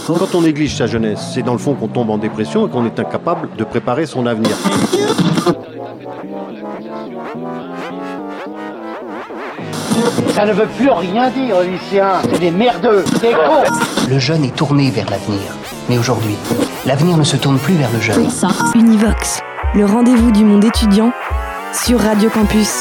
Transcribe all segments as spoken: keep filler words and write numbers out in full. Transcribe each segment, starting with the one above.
Quand on néglige sa jeunesse, c'est dans le fond qu'on tombe en dépression et qu'on est incapable de préparer son avenir. Ça ne veut plus rien dire, lycéens. C'est des merdeux, des cons. Le jeune est tourné vers l'avenir. Mais aujourd'hui, l'avenir ne se tourne plus vers le jeune. Univox, le rendez-vous du monde étudiant sur Radio Campus.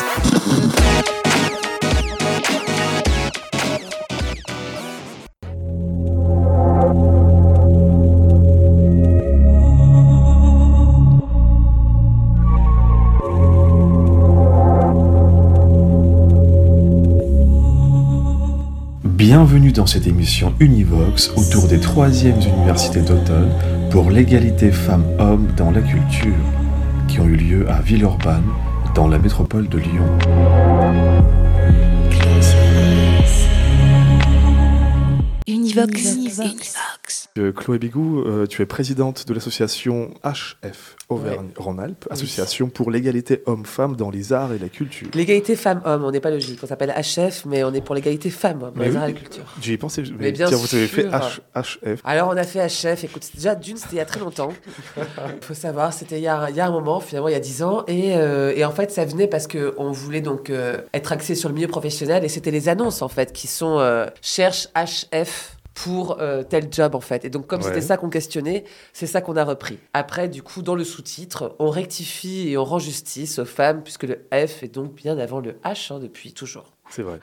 Bienvenue dans cette émission Univox autour des troisièmes universités d'automne pour l'égalité femmes-hommes dans la culture qui ont eu lieu à Villeurbanne dans la métropole de Lyon. Univox. Univox. Euh, Chloé Bigou, euh, tu es présidente de l'association H F Auvergne-Rhône-Alpes, association oui. pour l'égalité homme-femme dans les arts et la culture. L'égalité femmes-hommes, on n'est pas logique. On s'appelle H F, mais on est pour l'égalité femmes-hommes dans mais les oui, arts et la culture. J'y ai pensé, mais, mais bien tiens, sûr. Vous avez fait H, HF. Alors on a fait H F, écoute, déjà d'une, c'était il y a très longtemps. Il faut savoir, c'était il y, a, il y a un moment, finalement il y a dix ans. Et, euh, et en fait, ça venait parce qu'on voulait donc euh, être axé sur le milieu professionnel. Et c'était les annonces, en fait, qui sont euh, « Cherche H F ». Pour euh, tel job en fait. Et donc comme ouais. c'était ça qu'on questionnait, c'est ça qu'on a repris. Après du coup dans le sous-titre, on rectifie et on rend justice aux femmes puisque le F est donc bien avant le H hein, depuis toujours. C'est vrai.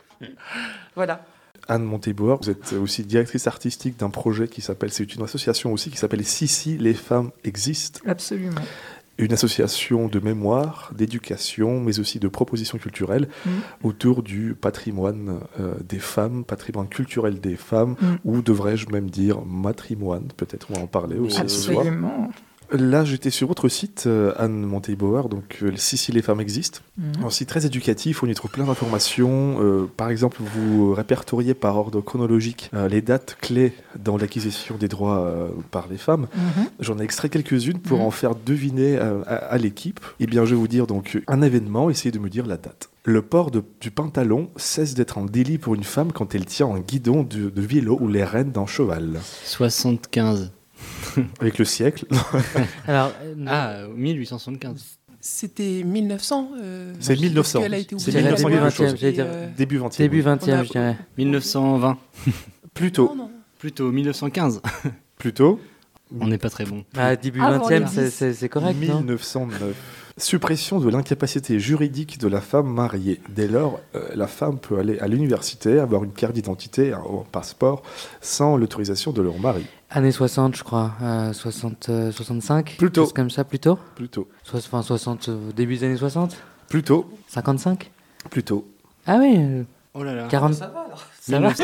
Voilà. Anne Monteboer, vous êtes aussi directrice artistique d'un projet qui s'appelle, c'est une association aussi qui s'appelle Si Si les femmes existent. Absolument. Une association de mémoire, d'éducation, mais aussi de propositions culturelles mmh. autour du patrimoine euh, des femmes, patrimoine culturel des femmes, mmh. ou devrais-je même dire matrimoine, peut-être on va en parler aussi Absolument. ce soir. Là, j'étais sur votre site, euh, Anne Monteboer, donc euh, Si Si les femmes existent. Mmh. Un site très éducatif, on y trouve plein d'informations. Euh, par exemple, vous répertoriez par ordre chronologique euh, les dates clés dans l'acquisition des droits euh, par les femmes. Mmh. J'en ai extrait quelques-unes pour mmh. en faire deviner euh, à, à l'équipe. Eh bien, je vais vous dire donc un événement, essayez de me dire la date. Le port de, du pantalon cesse d'être un délit pour une femme quand elle tient un guidon de, de vélo ou les rênes d'un cheval. soixante-quinze. Avec le siècle. Alors, euh, ah, mille huit cent soixante-quinze. C'était mille neuf cents. Euh, c'est mille neuf cents. C'est mille neuf cents début vingtième, j'allais dire. Euh... Début vingtième. Début vingtième, oui. Je dirais. mille neuf cent vingt. Plutôt. Non, non. Plutôt mille neuf cent quinze. Plutôt. On n'est pas très bon. Ah, début vingtième, c'est, c'est, c'est correct. mille neuf cent neuf. Suppression de l'incapacité juridique de la femme mariée. Dès lors, euh, la femme peut aller à l'université, avoir une carte d'identité, un, un passeport, sans l'autorisation de leur mari. Années soixante, je crois. Euh, soixante, euh, soixante-cinq. Plutôt. Comme ça, plutôt. Plutôt. So- enfin, soixante, euh, début des années soixante. Plutôt. cinquante-cinq. Plutôt. Ah oui. Euh, oh là là. quarante. Ça va alors. Ça va.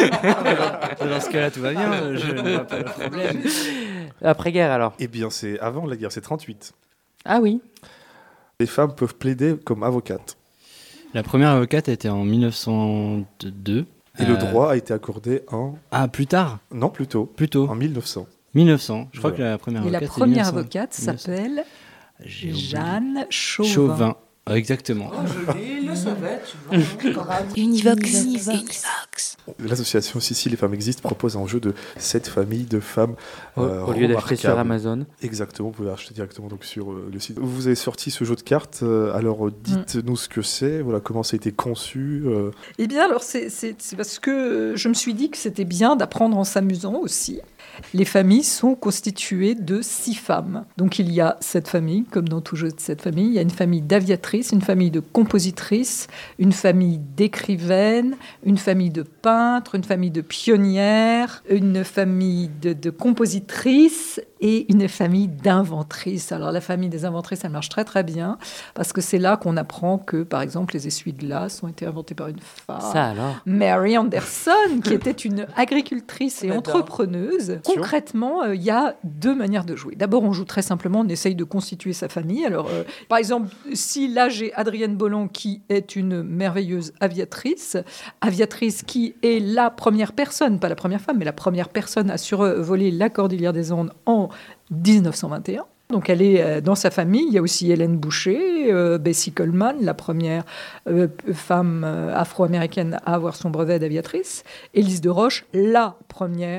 Dans ce cas-là, tout va bien. Je ne vois pas le problème. Après-guerre, alors. Eh bien, c'est avant la guerre, c'est trente-huit. Ah oui. Les femmes peuvent plaider comme avocates. La première avocate était en mille neuf cent deux. Et euh... le droit a été accordé en... Ah, plus tard ? Non, plus tôt. Plus tôt. En mille neuf cents. mille neuf cents. Je voilà. crois que la première Et avocate, la première mille neuf cents. avocate s'appelle J'ai Jeanne Chauvin. Chauvin. Exactement. Oh, je le savais, tu vois. Univox. Univox. L'association Si Si les femmes existent propose un jeu de sept familles de femmes au, euh, au lieu d'acheter sur Amazon. Exactement, vous pouvez acheter directement donc sur euh, le site. Vous avez sorti ce jeu de cartes, euh, alors dites-nous mm. ce que c'est, voilà, comment ça a été conçu. Euh... Eh bien alors c'est, c'est, c'est parce que je me suis dit que c'était bien d'apprendre en s'amusant aussi. Les familles sont constituées de six femmes. Donc il y a sept familles, comme dans tout jeu de sept familles. Il y a une famille d'aviatrices, une famille de compositrices, une famille d'écrivaines, une famille de peintres, une famille de pionnières, une famille de, de compositrices et une famille d'inventrices. Alors la famille des inventrices, elle marche très très bien parce que c'est là qu'on apprend que, par exemple, les essuie-glaces ont été inventés par une femme. Ça alors Mary Anderson, qui était une agricultrice et entrepreneuse. Concrètement, il euh, y a deux manières de jouer. D'abord, on joue très simplement, on essaye de constituer sa famille. Alors, euh, par exemple, si là, j'ai Adrienne Bolland, qui est une merveilleuse aviatrice, aviatrice qui est la première personne, pas la première femme, mais la première personne à survoler la Cordillère des Andes en dix-neuf cent vingt et un. Donc elle est euh, dans sa famille. Il y a aussi Hélène Boucher, euh, Bessie Coleman, la première euh, femme euh, afro-américaine à avoir son brevet d'aviatrice. Élise de Roche, la première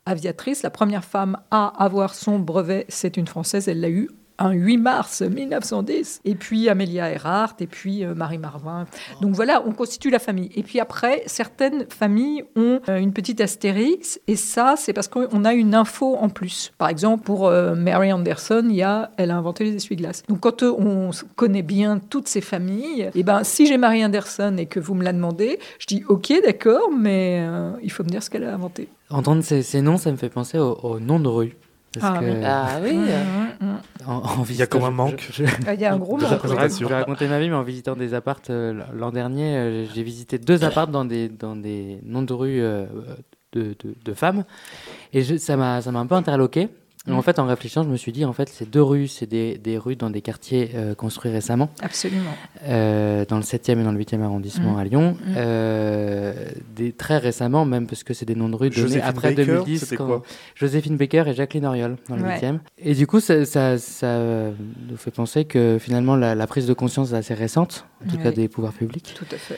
aviatrice. La première femme à avoir son brevet, c'est une Française, elle l'a eu un huit mars mille neuf cent dix. Et puis Amélia Earhart, et puis euh, Marie Marvin. Donc voilà, on constitue la famille. Et puis après, certaines familles ont euh, une petite astérix, et ça, c'est parce qu'on a une info en plus. Par exemple, pour euh, Mary Anderson, il y a, elle a inventé les essuie-glaces. Donc quand euh, on connaît bien toutes ces familles, et ben si j'ai Mary Anderson et que vous me la demandez, je dis ok, d'accord, mais euh, il faut me dire ce qu'elle a inventé. Entendre ces, ces noms, ça me fait penser au, au nom de rue. Parce ah, que, oui. ah oui. Mmh, mmh. En, en il y a comme un manque. Je, je, il y a un gros manque. Je, je, je vais raconter ma vie, mais en visitant des apparts euh, l'an dernier, euh, j'ai visité deux apparts dans des, dans des noms de rue euh, de, de, de femmes. Et je, ça m'a ça m'a un peu interloqué. Et en fait, en réfléchissant, je me suis dit, en fait, ces deux rues, c'est des, des rues dans des quartiers euh, construits récemment. Absolument. Euh, dans le septième et dans le huitième arrondissement mmh. à Lyon. Mmh. Euh, des, très récemment, même, parce que c'est des noms de rues donnés après Baker, deux mille dix. C'était quand quoi Joséphine Baker et Jacqueline Auriol, dans le ouais. huitième. Et du coup, ça, ça, ça nous fait penser que finalement, la, la prise de conscience est assez récente, en tout oui. cas des pouvoirs publics. Tout à fait.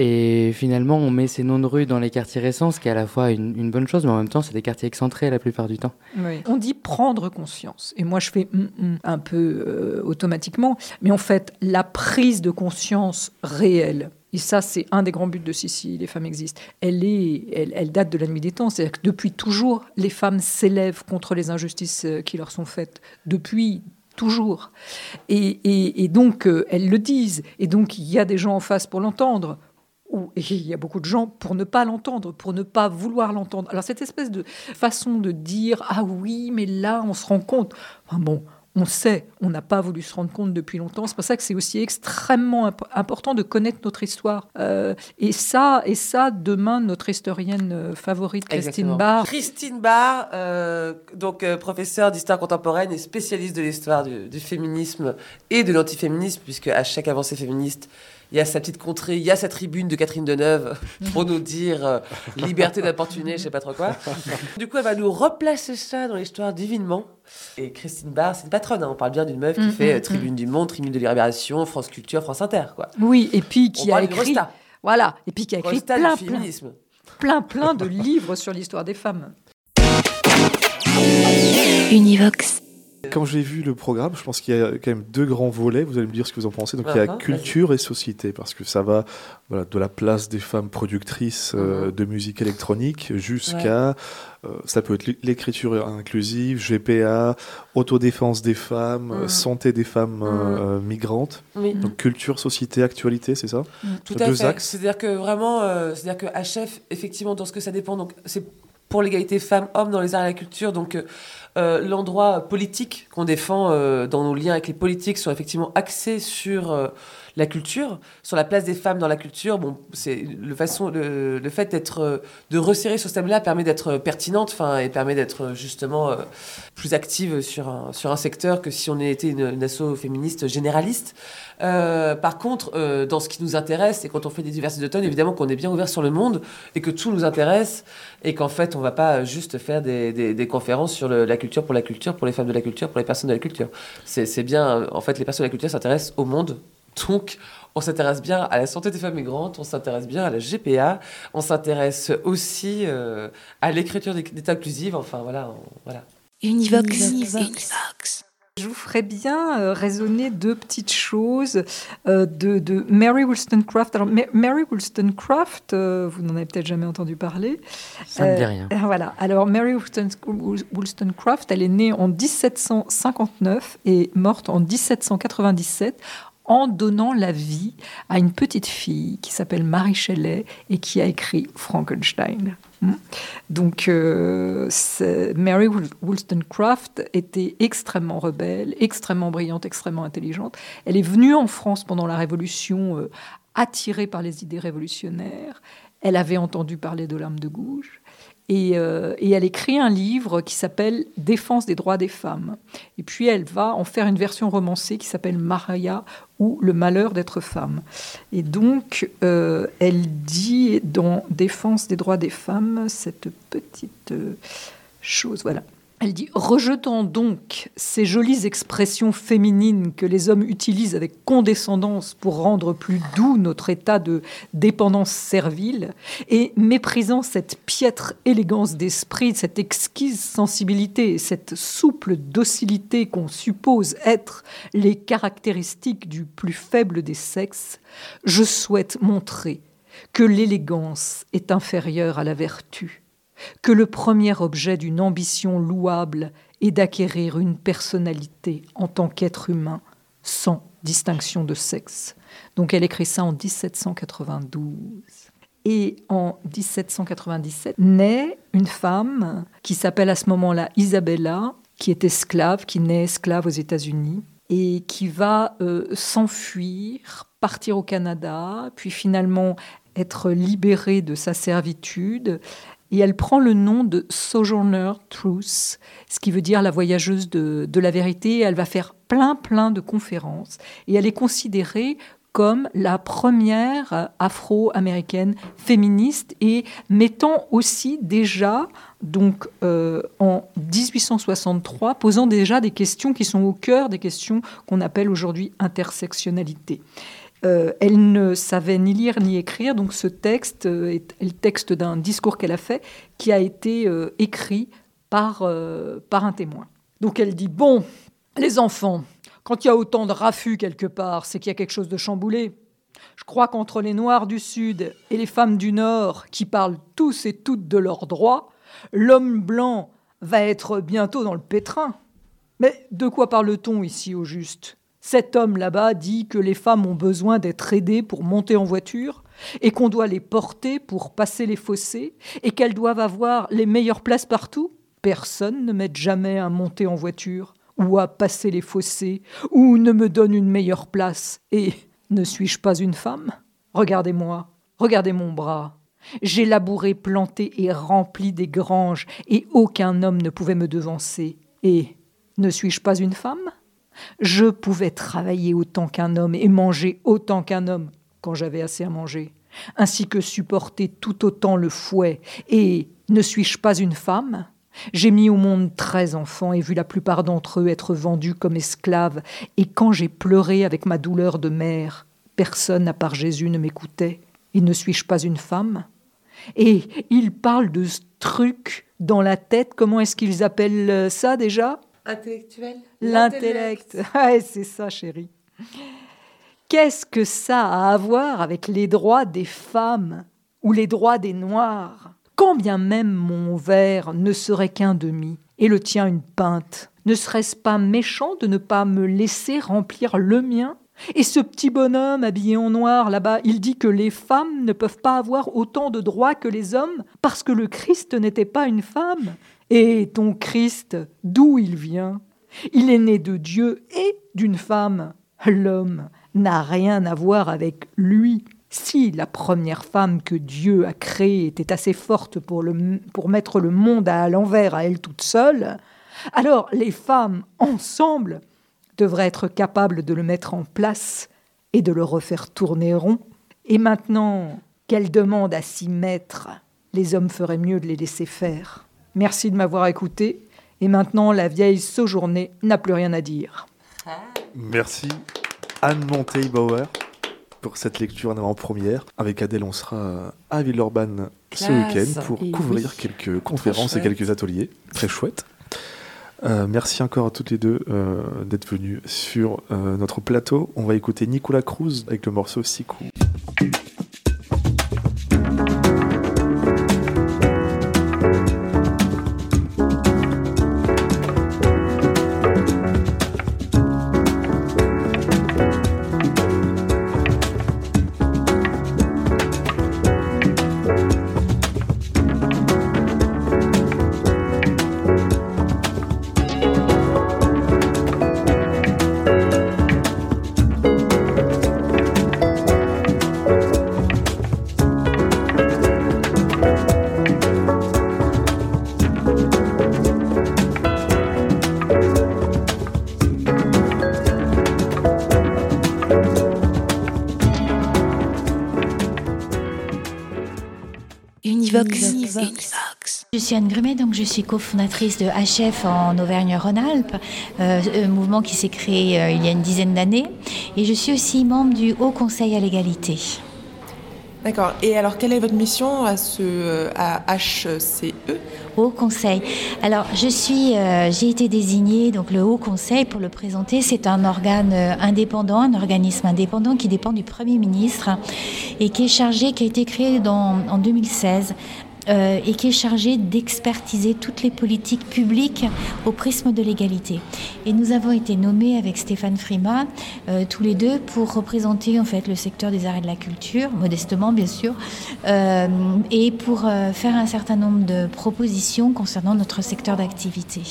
Et finalement, on met ces noms de rues dans les quartiers récents, ce qui est à la fois une, une bonne chose, mais en même temps, c'est des quartiers excentrés la plupart du temps. Oui. On dit prendre conscience. Et moi, je fais mm, mm, un peu euh, automatiquement. Mais en fait, la prise de conscience réelle, et ça, c'est un des grands buts de Si, si, les femmes existent, elle, est, elle, elle date de la nuit des temps. C'est-à-dire que depuis toujours, les femmes s'élèvent contre les injustices qui leur sont faites. Depuis toujours. Et, et, et donc, euh, elles le disent. Et donc, il y a des gens en face pour l'entendre. Et il y a beaucoup de gens pour ne pas l'entendre, pour ne pas vouloir l'entendre. Alors cette espèce de façon de dire « Ah oui, mais là, on se rend compte ». Enfin bon, on sait, on n'a pas voulu se rendre compte depuis longtemps. C'est pour ça que c'est aussi extrêmement imp- important de connaître notre histoire. Euh, et, ça, et ça, demain, notre historienne favorite, Christine Barr. Christine Barr, euh, donc euh, professeure d'histoire contemporaine et spécialiste de l'histoire du, du féminisme et de l'antiféminisme, puisque à chaque avancée féministe, il y a sa petite contrée, il y a sa tribune de Catherine Deneuve pour nous dire euh, liberté d'importuner, je sais pas trop quoi. Du coup, elle va nous replacer ça dans l'histoire divinement. Et Christine Barr, c'est une patronne, hein. On parle bien d'une meuf qui mmh, fait euh, Tribune mmh. du Monde, Tribune de Libération, France Culture, France Inter, quoi. Oui, et puis qui On a écrit, voilà, et puis qui a écrit Resta plein, du féminisme. plein, plein, plein de livres sur l'histoire des femmes. Univox. Quand j'ai vu le programme, je pense qu'il y a quand même deux grands volets. Vous allez me dire ce que vous en pensez. Donc uh-huh, il y a culture vas-y. Et société, parce que ça va voilà, de la place des femmes productrices euh, uh-huh. de musique électronique jusqu'à, ouais. euh, ça peut être l'écriture inclusive, G P A, autodéfense des femmes, uh-huh. santé des femmes uh-huh. euh, migrantes. Oui. Donc culture, société, actualité, c'est ça uh-huh. Tout à deux fait. Axes. C'est-à-dire que vraiment, euh, c'est-à-dire que H F, effectivement, dans ce que ça dépend, donc c'est pour l'égalité femmes-hommes dans les arts et la culture, donc euh, l'endroit politique qu'on défend euh, dans nos liens avec les politiques sont effectivement axés sur euh, la culture, sur la place des femmes dans la culture. Bon, c'est le façon, le, le fait d'être, de resserrer sur ce thème-là permet d'être pertinente, enfin, et permet d'être justement euh, plus active sur un sur un secteur que si on était une, une asso féministe généraliste. Euh, par contre, euh, dans ce qui nous intéresse, et quand on fait des diversités d'automne, évidemment qu'on est bien ouvert sur le monde et que tout nous intéresse et qu'en fait, on ne va pas juste faire des, des, des conférences sur le, la culture pour la culture, pour les femmes de la culture, pour les personnes de la culture. C'est, c'est bien, en fait, les personnes de la culture s'intéressent au monde. Donc, on s'intéresse bien à la santé des femmes migrantes, on s'intéresse bien à la G P A, on s'intéresse aussi euh, à l'écriture d'état inclusive. Enfin, voilà. On, voilà. Univox. Univox. Univox. Je vous ferais bien euh, raisonner deux petites choses euh, de, de Mary Wollstonecraft. Alors, Ma- Mary Wollstonecraft, euh, vous n'en avez peut-être jamais entendu parler. Ça ne me dit rien. Euh, voilà. Alors, Mary Wollston- Wollstonecraft, elle est née en dix-sept cent cinquante-neuf et morte en dix-sept cent quatre-vingt-dix-sept en donnant la vie à une petite fille qui s'appelle Mary Shelley et qui a écrit Frankenstein. Donc, euh, Mary Wollstonecraft était extrêmement rebelle, extrêmement brillante, extrêmement intelligente. Elle est venue en France pendant la Révolution, euh, attirée par les idées révolutionnaires. Elle avait entendu parler de l'arme de gauche. Et, euh, et elle écrit un livre qui s'appelle « Défense des droits des femmes ». Et puis, elle va en faire une version romancée qui s'appelle « Maria ou le malheur d'être femme ». Et donc, euh, elle dit dans « Défense des droits des femmes » cette petite euh, chose, voilà. Elle dit « Rejetant donc ces jolies expressions féminines que les hommes utilisent avec condescendance pour rendre plus doux notre état de dépendance servile, et méprisant cette piètre élégance d'esprit, cette exquise sensibilité et cette souple docilité qu'on suppose être les caractéristiques du plus faible des sexes, je souhaite montrer que l'élégance est inférieure à la vertu, que le premier objet d'une ambition louable est d'acquérir une personnalité en tant qu'être humain sans distinction de sexe. » Donc elle écrit ça en dix-sept cent quatre-vingt-douze. Et en dix-sept cent quatre-vingt-dix-sept naît une femme qui s'appelle à ce moment-là Isabella, qui est esclave, qui naît esclave aux États-Unis et qui va euh, s'enfuir, partir au Canada, puis finalement être libérée de sa servitude. Et elle prend le nom de Sojourner Truth, ce qui veut dire la voyageuse de, de la vérité. Elle va faire plein, plein de conférences. Et elle est considérée comme la première afro-américaine féministe et mettant aussi déjà, donc euh, en dix-huit cent soixante-trois, posant déjà des questions qui sont au cœur des questions qu'on appelle aujourd'hui intersectionnalité. Euh, elle ne savait ni lire ni écrire, donc ce texte euh, est le texte d'un discours qu'elle a fait, qui a été euh, écrit par, euh, par un témoin. Donc elle dit « Bon, les enfants, quand il y a autant de raffus quelque part, c'est qu'il y a quelque chose de chamboulé. Je crois qu'entre les Noirs du Sud et les femmes du Nord, qui parlent tous et toutes de leurs droits, l'homme blanc va être bientôt dans le pétrin. Mais de quoi parle-t-on ici au juste ? Cet homme là-bas dit que les femmes ont besoin d'être aidées pour monter en voiture et qu'on doit les porter pour passer les fossés et qu'elles doivent avoir les meilleures places partout. Personne ne m'aide jamais à monter en voiture ou à passer les fossés ou ne me donne une meilleure place. Et ne suis-je pas une femme ? Regardez-moi, regardez mon bras. J'ai labouré, planté et rempli des granges et aucun homme ne pouvait me devancer. Et ne suis-je pas une femme ? Je pouvais travailler autant qu'un homme et manger autant qu'un homme quand j'avais assez à manger, ainsi que supporter tout autant le fouet. Et ne suis-je pas une femme ? J'ai mis au monde treize enfants et vu la plupart d'entre eux être vendus comme esclaves. Et quand j'ai pleuré avec ma douleur de mère, personne à part Jésus ne m'écoutait. Et ne suis-je pas une femme ? Et ils parlent de ce truc dans la tête. Comment est-ce qu'ils appellent ça déjà ? Intellectuel. L'intellect. Ouais, c'est ça, chérie. Qu'est-ce que ça a à voir avec les droits des femmes ou les droits des Noirs ? Quand bien même mon verre ne serait qu'un demi et le tien une pinte, ne serait-ce pas méchant de ne pas me laisser remplir le mien ? Et ce petit bonhomme habillé en noir là-bas, il dit que les femmes ne peuvent pas avoir autant de droits que les hommes parce que le Christ n'était pas une femme. Et ton Christ, d'où il vient ? Il est né de Dieu et d'une femme. L'homme n'a rien à voir avec lui. Si la première femme que Dieu a créée était assez forte pour, le, pour mettre le monde à l'envers à elle toute seule, alors les femmes, ensemble, devraient être capables de le mettre en place et de le refaire tourner rond. Et maintenant qu'elle demande à s'y mettre, les hommes feraient mieux de les laisser faire. Merci de m'avoir écouté. Et maintenant, la vieille Sojourner n'a plus rien à dire. Merci Anne Monteibauer pour cette lecture en avant-première. Avec Adèle, on sera à Villeurbanne ce week-end pour et couvrir oui. quelques conférences et quelques ateliers. Très chouette. Euh, merci encore à toutes les deux euh, d'être venues sur euh, notre plateau. On va écouter Nicolas Cruz avec le morceau Sikou. Univox. Univox. Je suis Anne Grumet, donc je suis cofondatrice de H F en Auvergne-Rhône-Alpes, euh, un mouvement qui s'est créé euh, il y a une dizaine d'années. Et je suis aussi membre du Haut Conseil à l'égalité. D'accord. Et alors, quelle est votre mission à, ce, à H C E ? Haut Conseil. Alors, je suis, euh, j'ai été désignée, donc le Haut Conseil, pour le présenter, c'est un organe indépendant, un organisme indépendant qui dépend du Premier ministre et qui est chargé, qui a été créé dans, en deux mille seize. Euh, et qui est chargé d'expertiser toutes les politiques publiques au prisme de l'égalité. Et nous avons été nommés avec Stéphane Frima, euh, tous les deux, pour représenter en fait le secteur des arts et de la culture, modestement bien sûr, euh, et pour euh, faire un certain nombre de propositions concernant notre secteur d'activité.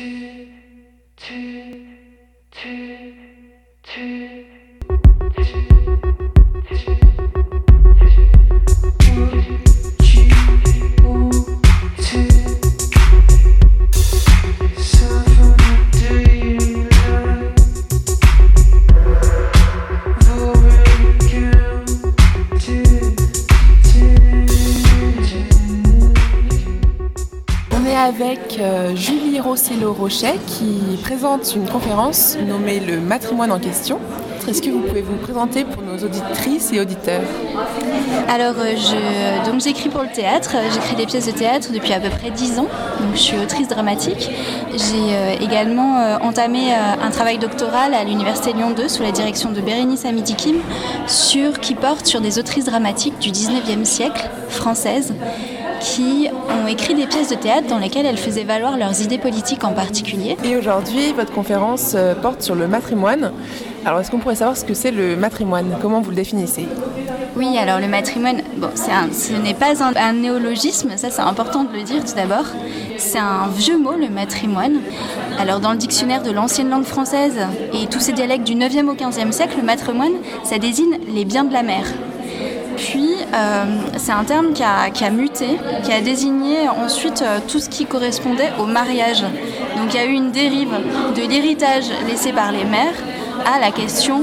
Avec euh, Julie Rossello-Rochet qui présente une conférence nommée Le matrimoine en question. Est-ce que vous pouvez vous présenter pour nos auditrices et auditeurs ? Alors, euh, je, donc j'écris pour le théâtre, j'écris des pièces de théâtre depuis à peu près dix ans, donc je suis autrice dramatique. J'ai euh, également euh, entamé euh, un travail doctoral à l'Université Lyon deux sous la direction de Bérénice Hamidi-Kim sur, qui porte sur des autrices dramatiques du dix-neuvième siècle, françaises, qui ont écrit des pièces de théâtre dans lesquelles elles faisaient valoir leurs idées politiques en particulier. Et aujourd'hui, votre conférence porte sur le matrimoine. Alors, est-ce qu'on pourrait savoir ce que c'est le matrimoine ? Comment vous le définissez ? Oui, alors le matrimoine, bon, c'est un, ce n'est pas un, un néologisme, ça c'est important de le dire tout d'abord. C'est un vieux mot, le matrimoine. Alors dans le dictionnaire de l'ancienne langue française et tous ces dialectes du neuvième au quinzième siècle, le matrimoine, ça désigne les biens de la mère. Puis, euh, c'est un terme qui a, qui a muté, qui a désigné ensuite euh, tout ce qui correspondait au mariage. Donc, il y a eu une dérive de l'héritage laissé par les mères à la question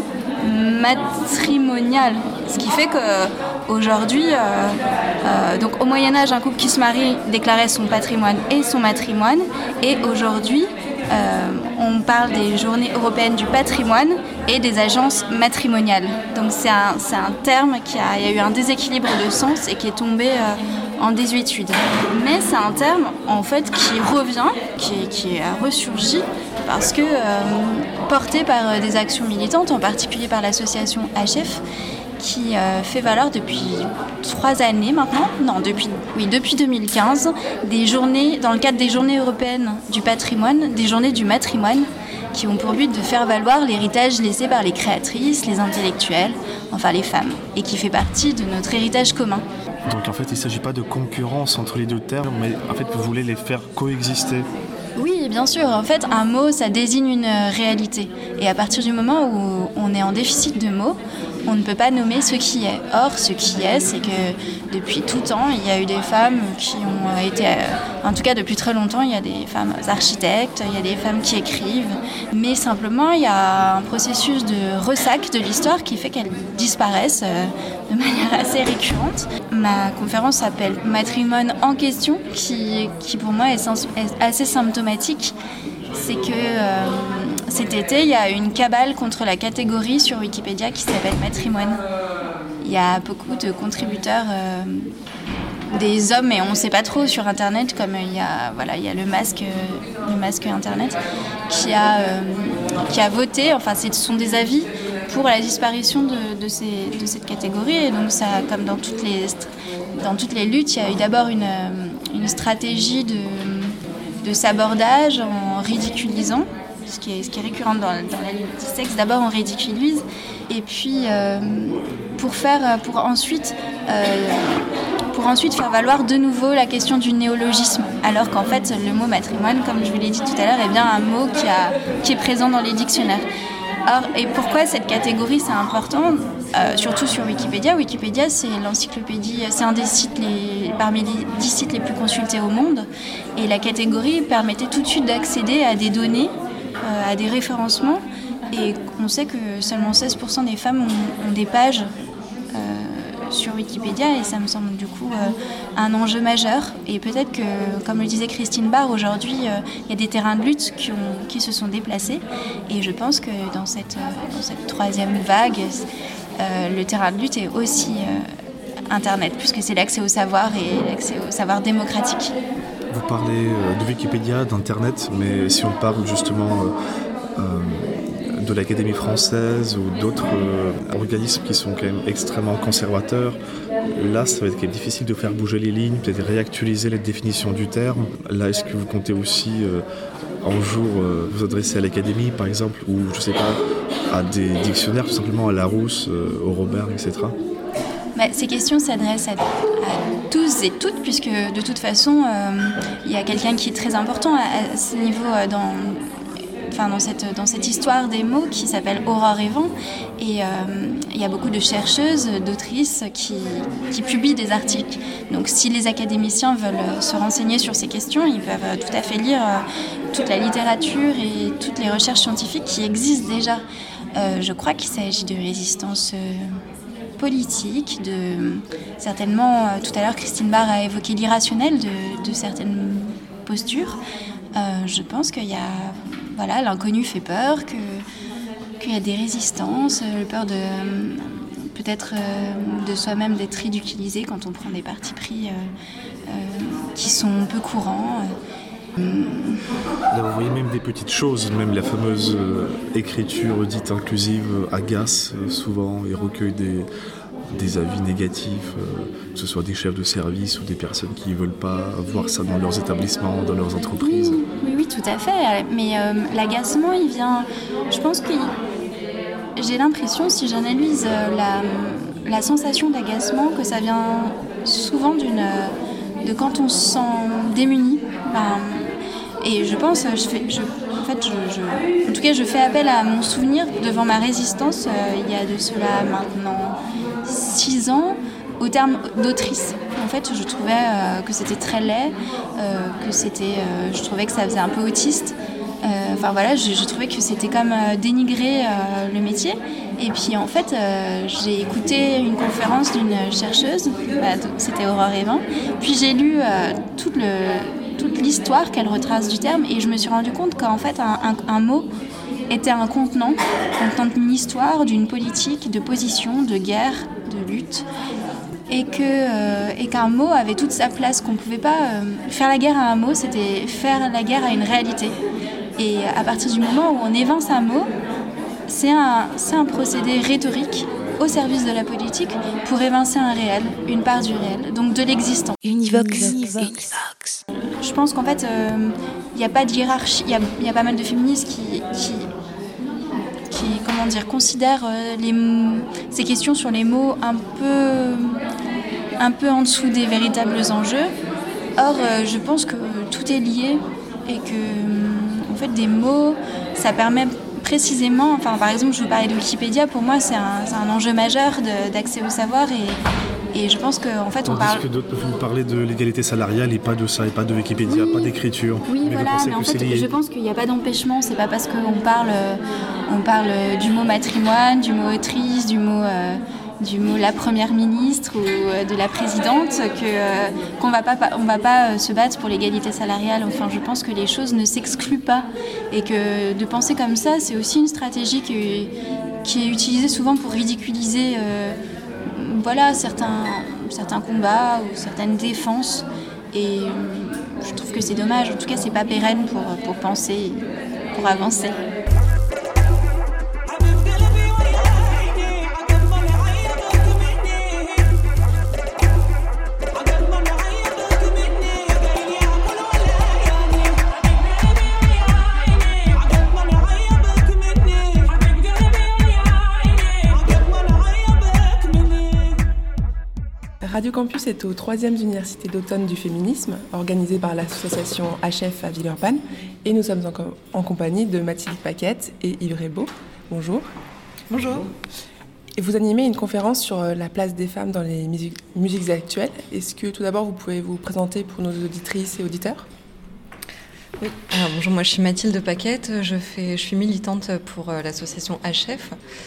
matrimoniale. Ce qui fait qu'aujourd'hui, euh, euh, donc au Moyen-Âge, un couple qui se marie déclarait son patrimoine et son matrimoine. Et aujourd'hui, Euh, on parle des journées européennes du patrimoine et des agences matrimoniales. Donc c'est un, c'est un terme qui a, il y a eu un déséquilibre de sens et qui est tombé euh, en désuétude. Mais c'est un terme en fait qui revient, qui, qui a ressurgi parce que euh, porté par des actions militantes, en particulier par l'association H F, qui euh, fait valoir depuis trois années maintenant, non, depuis, oui, depuis deux mille quinze, des journées, dans le cadre des journées européennes du patrimoine, des journées du matrimoine, qui ont pour but de faire valoir l'héritage laissé par les créatrices, les intellectuels, enfin les femmes, et qui fait partie de notre héritage commun. Donc en fait, il ne s'agit pas de concurrence entre les deux termes, mais en fait, vous voulez les faire coexister. Oui, bien sûr. En fait, un mot, ça désigne une réalité. Et à partir du moment où on est en déficit de mots, on ne peut pas nommer ce qui est. Or, ce qui est, c'est que depuis tout temps, il y a eu des femmes qui ont été... En tout cas, depuis très longtemps, il y a des femmes architectes, il y a des femmes qui écrivent. Mais simplement, il y a un processus de ressac de l'histoire qui fait qu'elles disparaissent de manière assez récurrente. Ma conférence s'appelle « Matrimoine en question », qui, qui pour moi est, sens- est assez symptomatique. C'est que euh, cet été, il y a une cabale contre la catégorie sur Wikipédia qui s'appelle matrimoine. Il y a beaucoup de contributeurs, euh, des hommes, et on ne sait pas trop sur Internet, comme il y a, voilà, il y a le masque, le masque Internet, qui a, euh, qui a voté, enfin ce sont des avis pour la disparition de, de, ces, de cette catégorie. Et donc ça, comme dans toutes les, dans toutes les luttes, il y a eu d'abord une, une stratégie de... de sabordage en ridiculisant, ce qui est, ce qui est récurrent dans, dans la lutte du sexe. D'abord on ridiculise et puis euh, pour, faire, pour, ensuite, euh, pour ensuite faire valoir de nouveau la question du néologisme, alors qu'en fait le mot matrimoine, comme je vous l'ai dit tout à l'heure, est bien un mot qui, a, qui est présent dans les dictionnaires. Or, et pourquoi cette catégorie c'est important, euh, surtout sur Wikipédia. Wikipédia c'est l'encyclopédie, c'est un des sites les, parmi les dix sites les plus consultés au monde, et la catégorie permettait tout de suite d'accéder à des données, euh, à des référencements, et on sait que seulement seize pour cent des femmes ont, ont des pages euh, sur Wikipédia et ça me semble du coup euh, un enjeu majeur. Et peut-être que, comme le disait Christine Barr, aujourd'hui il euh, y a des terrains de lutte qui, ont, qui se sont déplacés. Et je pense que dans cette, euh, dans cette troisième vague, euh, le terrain de lutte est aussi euh, Internet, puisque c'est l'accès au savoir et l'accès au savoir démocratique. Vous parlez de Wikipédia, d'Internet, mais si on parle justement euh, euh, de l'Académie française ou d'autres euh, organismes qui sont quand même extrêmement conservateurs, là ça va être quand même difficile de faire bouger les lignes, peut-être réactualiser les définitions du terme. Là, est-ce que vous comptez aussi euh, un jour euh, vous adresser à l'Académie par exemple, ou je sais pas, à des dictionnaires, tout simplement à Larousse, euh, au Robert, et cetera. Bah, ces questions s'adressent à, à tous et toutes, puisque de toute façon, il euh, y a quelqu'un qui est très important à, à ce niveau euh, dans, enfin, dans, cette, dans cette histoire des mots qui s'appelle Aurore Evans. Et il euh, y a beaucoup de chercheuses, d'autrices qui, qui publient des articles. Donc si les académiciens veulent se renseigner sur ces questions, ils peuvent tout à fait lire euh, toute la littérature et toutes les recherches scientifiques qui existent déjà. Euh, je crois qu'il s'agit de résistance euh, politique, de, certainement, euh, tout à l'heure Christine Barr a évoqué l'irrationnel de, de certaines postures. Euh, je pense qu'il y a, voilà, l'inconnu fait peur, que, qu'il y a des résistances, euh, peur de, euh, peut-être euh, de soi-même d'être ridiculisé quand on prend des partis pris euh, euh, qui sont peu courants. Euh, Là, vous voyez même des petites choses, même la fameuse euh, écriture dite inclusive euh, agace euh, souvent et recueille des, des avis négatifs, euh, que ce soit des chefs de service ou des personnes qui ne veulent pas voir ça dans leurs établissements, dans leurs entreprises. Oui, oui, oui, tout à fait. Mais euh, l'agacement, il vient... Je pense que j'ai l'impression, si j'analyse euh, la, la sensation d'agacement, que ça vient souvent d'une, de quand on se sent démuni. Ben, et je pense, je fais, je, en fait, je, je, en tout cas, je fais appel à mon souvenir devant ma résistance, euh, il y a de cela maintenant six ans, au terme d'autrice. En fait, je trouvais euh, que c'était très laid, euh, que c'était, euh, je trouvais que ça faisait un peu autiste. Euh, enfin voilà, je, je trouvais que c'était comme euh, dénigrer euh, le métier. Et puis en fait, euh, j'ai écouté une conférence d'une chercheuse, bah, c'était Aurore Evans, puis j'ai lu euh, tout le... toute l'histoire qu'elle retrace du terme et je me suis rendu compte qu'en fait un, un, un mot était un contenant, contenant d'une histoire, d'une politique, de position, de guerre, de lutte et, que, euh, et qu'un mot avait toute sa place, qu'on ne pouvait pas euh, faire la guerre à un mot, c'était faire la guerre à une réalité. Et à partir du moment où on évince un mot, c'est un, c'est un procédé rhétorique au service de la politique pour évincer un réel, une part du réel, donc de l'existant. Univox. Univox. Je pense qu'en fait, il euh, n'y a pas de hiérarchie. Il y, y a pas mal de féministes qui, qui, qui comment dire, considèrent euh, les, ces questions sur les mots un peu, un peu en dessous des véritables enjeux. Or, euh, je pense que tout est lié et que, en fait, des mots, ça permet précisément, enfin, par exemple, je vous parlais de Wikipédia, pour moi, c'est un, c'est un enjeu majeur de, d'accès au savoir et, et je pense qu'en fait, on Tandis parle... que d'autres peuvent nous parler de l'égalité salariale et pas de ça, et pas de Wikipédia, oui, pas d'écriture. Oui, mais voilà, mais en fait, je pense qu'il n'y a pas d'empêchement, c'est pas parce qu'on parle, on parle du mot matrimoine, du mot autrice, du mot... Euh, du mot la première ministre ou euh, de la présidente que, euh, qu'on va pas, on va pas euh, se battre pour l'égalité salariale. Enfin, je pense que les choses ne s'excluent pas et que de penser comme ça, c'est aussi une stratégie qui, qui est utilisée souvent pour ridiculiser euh, voilà, certains, certains combats ou certaines défenses. Et euh, je trouve que c'est dommage. En tout cas, c'est pas pérenne pour, pour penser, pour avancer. Radio Campus est aux troisième universités d'automne du féminisme, organisée par l'association H F à Villeurbanne. Et nous sommes en, co- en compagnie de Mathilde Paquette et Yves Rebaud. Bonjour. Bonjour. Et vous animez une conférence sur la place des femmes dans les musiques, musiques actuelles. Est-ce que tout d'abord vous pouvez vous présenter pour nos auditrices et auditeurs ? Oui. Alors, bonjour, moi je suis Mathilde Paquette, je, fais, je suis militante pour l'association H F.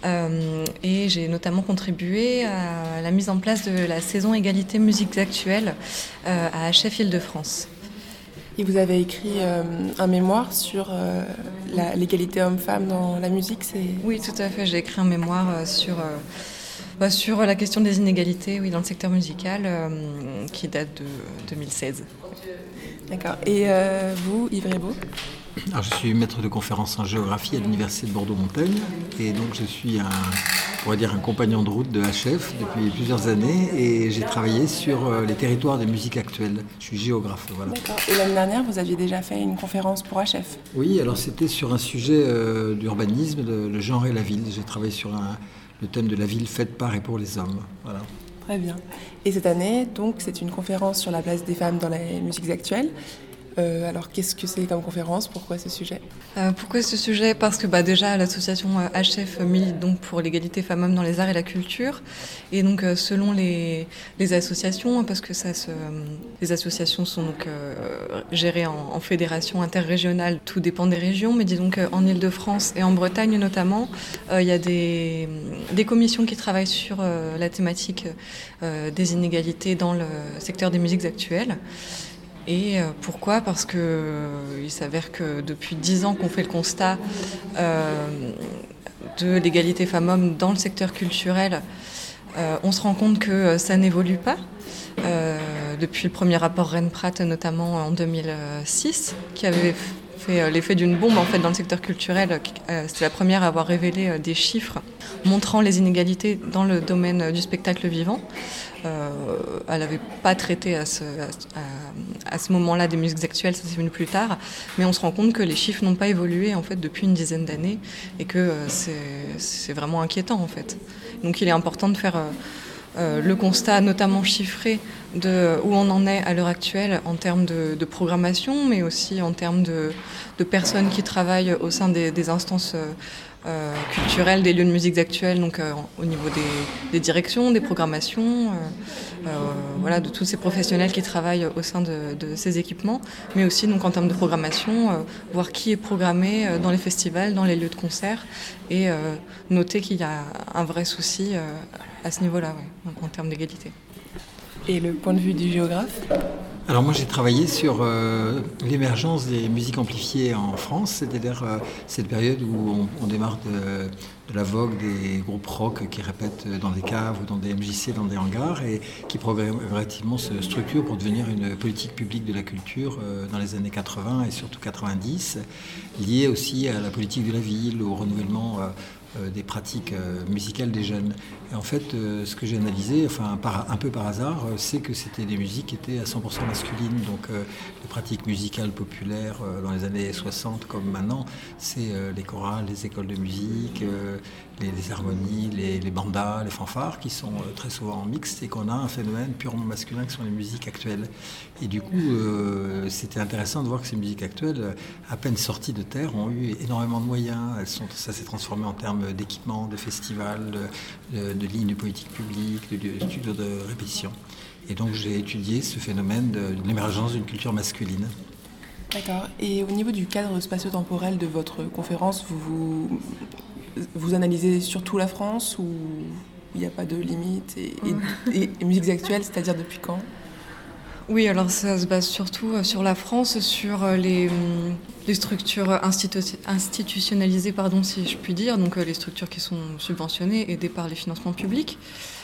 Euh, et j'ai notamment contribué à la mise en place de la saison égalité musiques actuelles euh, à H F Île-de-France. Et vous avez écrit euh, un mémoire sur euh, la, l'égalité homme-femme dans la musique, c'est... Oui, tout à fait. J'ai écrit un mémoire euh, sur, euh, bah, sur la question des inégalités oui, dans le secteur musical euh, qui date de deux mille seize. D'accord. Et euh, vous, Yves Rebaud ? Alors, je suis maître de conférence en géographie à l'Université de Bordeaux-Montaigne et donc je suis un, on va dire un compagnon de route de H F depuis plusieurs années et j'ai travaillé sur les territoires des musiques actuelles. Je suis géographe, voilà. D'accord. Et l'année dernière, vous aviez déjà fait une conférence pour H F ? Oui, alors c'était sur un sujet euh, d'urbanisme, le, le genre et la ville. J'ai travaillé sur un, le thème de la ville faite par et pour les hommes, voilà. Très bien. Et cette année, donc, c'est une conférence sur la place des femmes dans les musiques actuelles. Euh, alors, qu'est-ce que c'est comme conférence ? Pourquoi ce sujet ? euh, Pourquoi ce sujet ? Parce que bah, déjà, l'association H F milite donc pour l'égalité femmes-hommes dans les arts et la culture. Et donc, euh, selon les, les associations, parce que ça se, les associations sont donc euh, gérées en, en fédération interrégionale, tout dépend des régions, mais disons qu'en Île-de-France et en Bretagne notamment, il euh, y a des, des commissions qui travaillent sur euh, la thématique euh, des inégalités dans le secteur des musiques actuelles. Et pourquoi ? Parce qu'il euh, s'avère que depuis dix ans qu'on fait le constat euh, de l'égalité femmes-hommes dans le secteur culturel, euh, on se rend compte que ça n'évolue pas. Euh, depuis le premier rapport Rennes-Pratt, notamment en deux mille six, qui avait fait l'effet d'une bombe en fait, dans le secteur culturel. Euh, c'était la première à avoir révélé euh, des chiffres montrant les inégalités dans le domaine du spectacle vivant. Euh, elle n'avait pas traité à ce, à, à ce moment-là des musiques actuelles, ça s'est venu plus tard, mais on se rend compte que les chiffres n'ont pas évolué en fait depuis une dizaine d'années et que euh, c'est, c'est vraiment inquiétant en fait. Donc il est important de faire euh, euh, le constat, notamment chiffré, de où on en est à l'heure actuelle en termes de, de programmation, mais aussi en termes de, de personnes qui travaillent au sein des, des instances euh, Euh, culturels, des lieux de musique actuels, donc euh, au niveau des, des directions, des programmations, euh, euh, voilà, de tous ces professionnels qui travaillent au sein de, de ces équipements, mais aussi donc en termes de programmation, euh, voir qui est programmé euh, dans les festivals, dans les lieux de concert, et euh, noter qu'il y a un vrai souci euh, à ce niveau-là, ouais, donc en termes d'égalité. Et le point de vue du géographe ? Alors moi j'ai travaillé sur euh, l'émergence des musiques amplifiées en France, c'est-à-dire euh, cette période où on, on démarre de, de la vogue des groupes rock qui répètent dans des caves ou dans des M J C, dans des hangars et qui progressivement se structurent pour devenir une politique publique de la culture euh, dans les années quatre-vingts et surtout quatre-vingt-dix, liée aussi à la politique de la ville, au renouvellement euh, Euh, des pratiques euh, musicales des jeunes. Et en fait, euh, ce que j'ai analysé, enfin par, un peu par hasard, euh, c'est que c'était des musiques qui étaient à cent pour cent masculines. Donc euh, les pratiques musicales populaires euh, dans les années soixante comme maintenant, c'est euh, les chorales, les écoles de musique, euh, les, les harmonies, les, les bandas, les fanfares qui sont euh, très souvent mixtes et qu'on a un phénomène purement masculin qui sont les musiques actuelles. Et du coup, euh, c'était intéressant de voir que ces musiques actuelles, à peine sorties de terre, ont eu énormément de moyens. Elles sont, ça s'est transformé en termes d'équipements, de festivals, de, de lignes de politique publique, de, de studios de répétition. Et donc j'ai étudié ce phénomène de, de l'émergence d'une culture masculine. D'accord. Et au niveau du cadre spatio-temporel de votre conférence, vous, vous, vous analysez surtout la France ou il n'y a pas de limite et, et, et, et musiques actuelles, c'est-à-dire depuis quand ? Oui, alors ça se base surtout sur la France, sur les, les structures institu- institutionnalisées, pardon, si je puis dire, donc les structures qui sont subventionnées, aidées par les financements publics.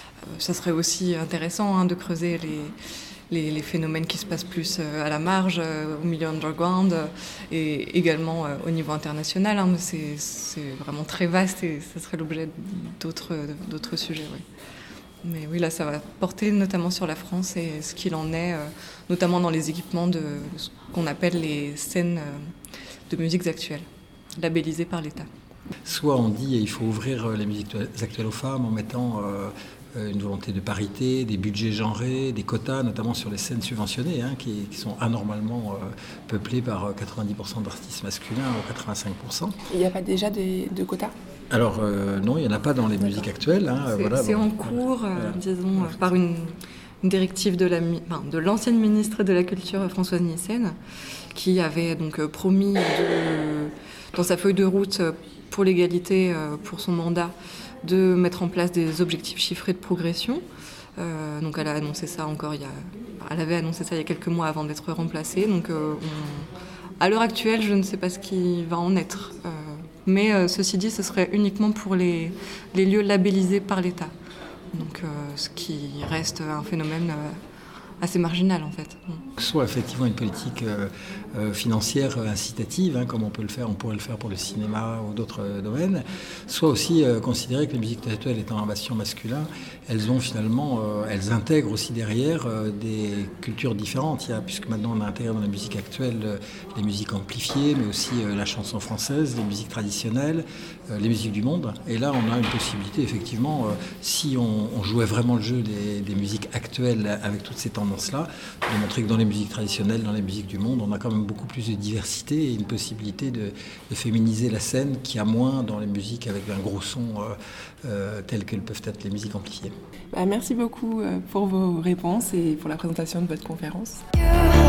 Ça serait aussi intéressant hein, de creuser les, les, les phénomènes qui se passent plus à la marge, au milieu underground, et également au niveau international. Hein, mais c'est, c'est vraiment très vaste et ça serait l'objet d'autres, d'autres sujets, oui. Mais oui, là, ça va porter notamment sur la France et ce qu'il en est, euh, notamment dans les équipements de ce qu'on appelle les scènes euh, de musiques actuelles, labellisées par l'État. Soit on dit qu'il faut ouvrir les musiques actuelles aux femmes en mettant euh, une volonté de parité, des budgets genrés, des quotas, notamment sur les scènes subventionnées, hein, qui, qui sont anormalement euh, peuplées par quatre-vingt-dix pour cent d'artistes masculins ou quatre-vingt-cinq pour cent. Il n'y a pas déjà des, de quotas ? Alors euh, non, il n'y en a pas dans les musiques actuelles. Hein, c'est voilà, c'est bon, en cours, euh, voilà. disons, euh, par une, une directive de, la, enfin, de l'ancienne ministre de la Culture, Françoise Nyssen, qui avait donc promis, de, dans sa feuille de route pour l'égalité, pour son mandat, de mettre en place des objectifs chiffrés de progression. Euh, donc elle a annoncé ça encore il y a, elle avait annoncé ça il y a quelques mois avant d'être remplacée. Donc euh, on, à l'heure actuelle, je ne sais pas ce qui va en être. Euh, mais euh, ceci dit, ce serait uniquement pour les, les lieux labellisés par l'État. Donc euh, ce qui reste un phénomène euh, assez marginal en fait. Soit effectivement une politique euh, euh, financière incitative, hein, comme on peut le faire, on pourrait le faire pour le cinéma ou d'autres euh, domaines, soit aussi euh, considérer que les musiques actuelles étant un bastion masculin, elles ont finalement, euh, elles intègrent aussi derrière euh, des cultures différentes. Il y a, puisque maintenant on intègre dans la musique actuelle euh, les musiques amplifiées, mais aussi euh, la chanson française, les musiques traditionnelles, euh, les musiques du monde. Et là on a une possibilité effectivement, euh, si on, on jouait vraiment le jeu des, des musiques actuelles avec toutes ces tendances-là, de montrer que dans les musiques traditionnelles, dans les musiques du monde, on a quand même beaucoup plus de diversité et une possibilité de, de féminiser la scène qu'il y a moins dans les musiques avec un gros son euh, euh, telles que peuvent être les musiques amplifiées. Bah, merci beaucoup pour vos réponses et pour la présentation de votre conférence.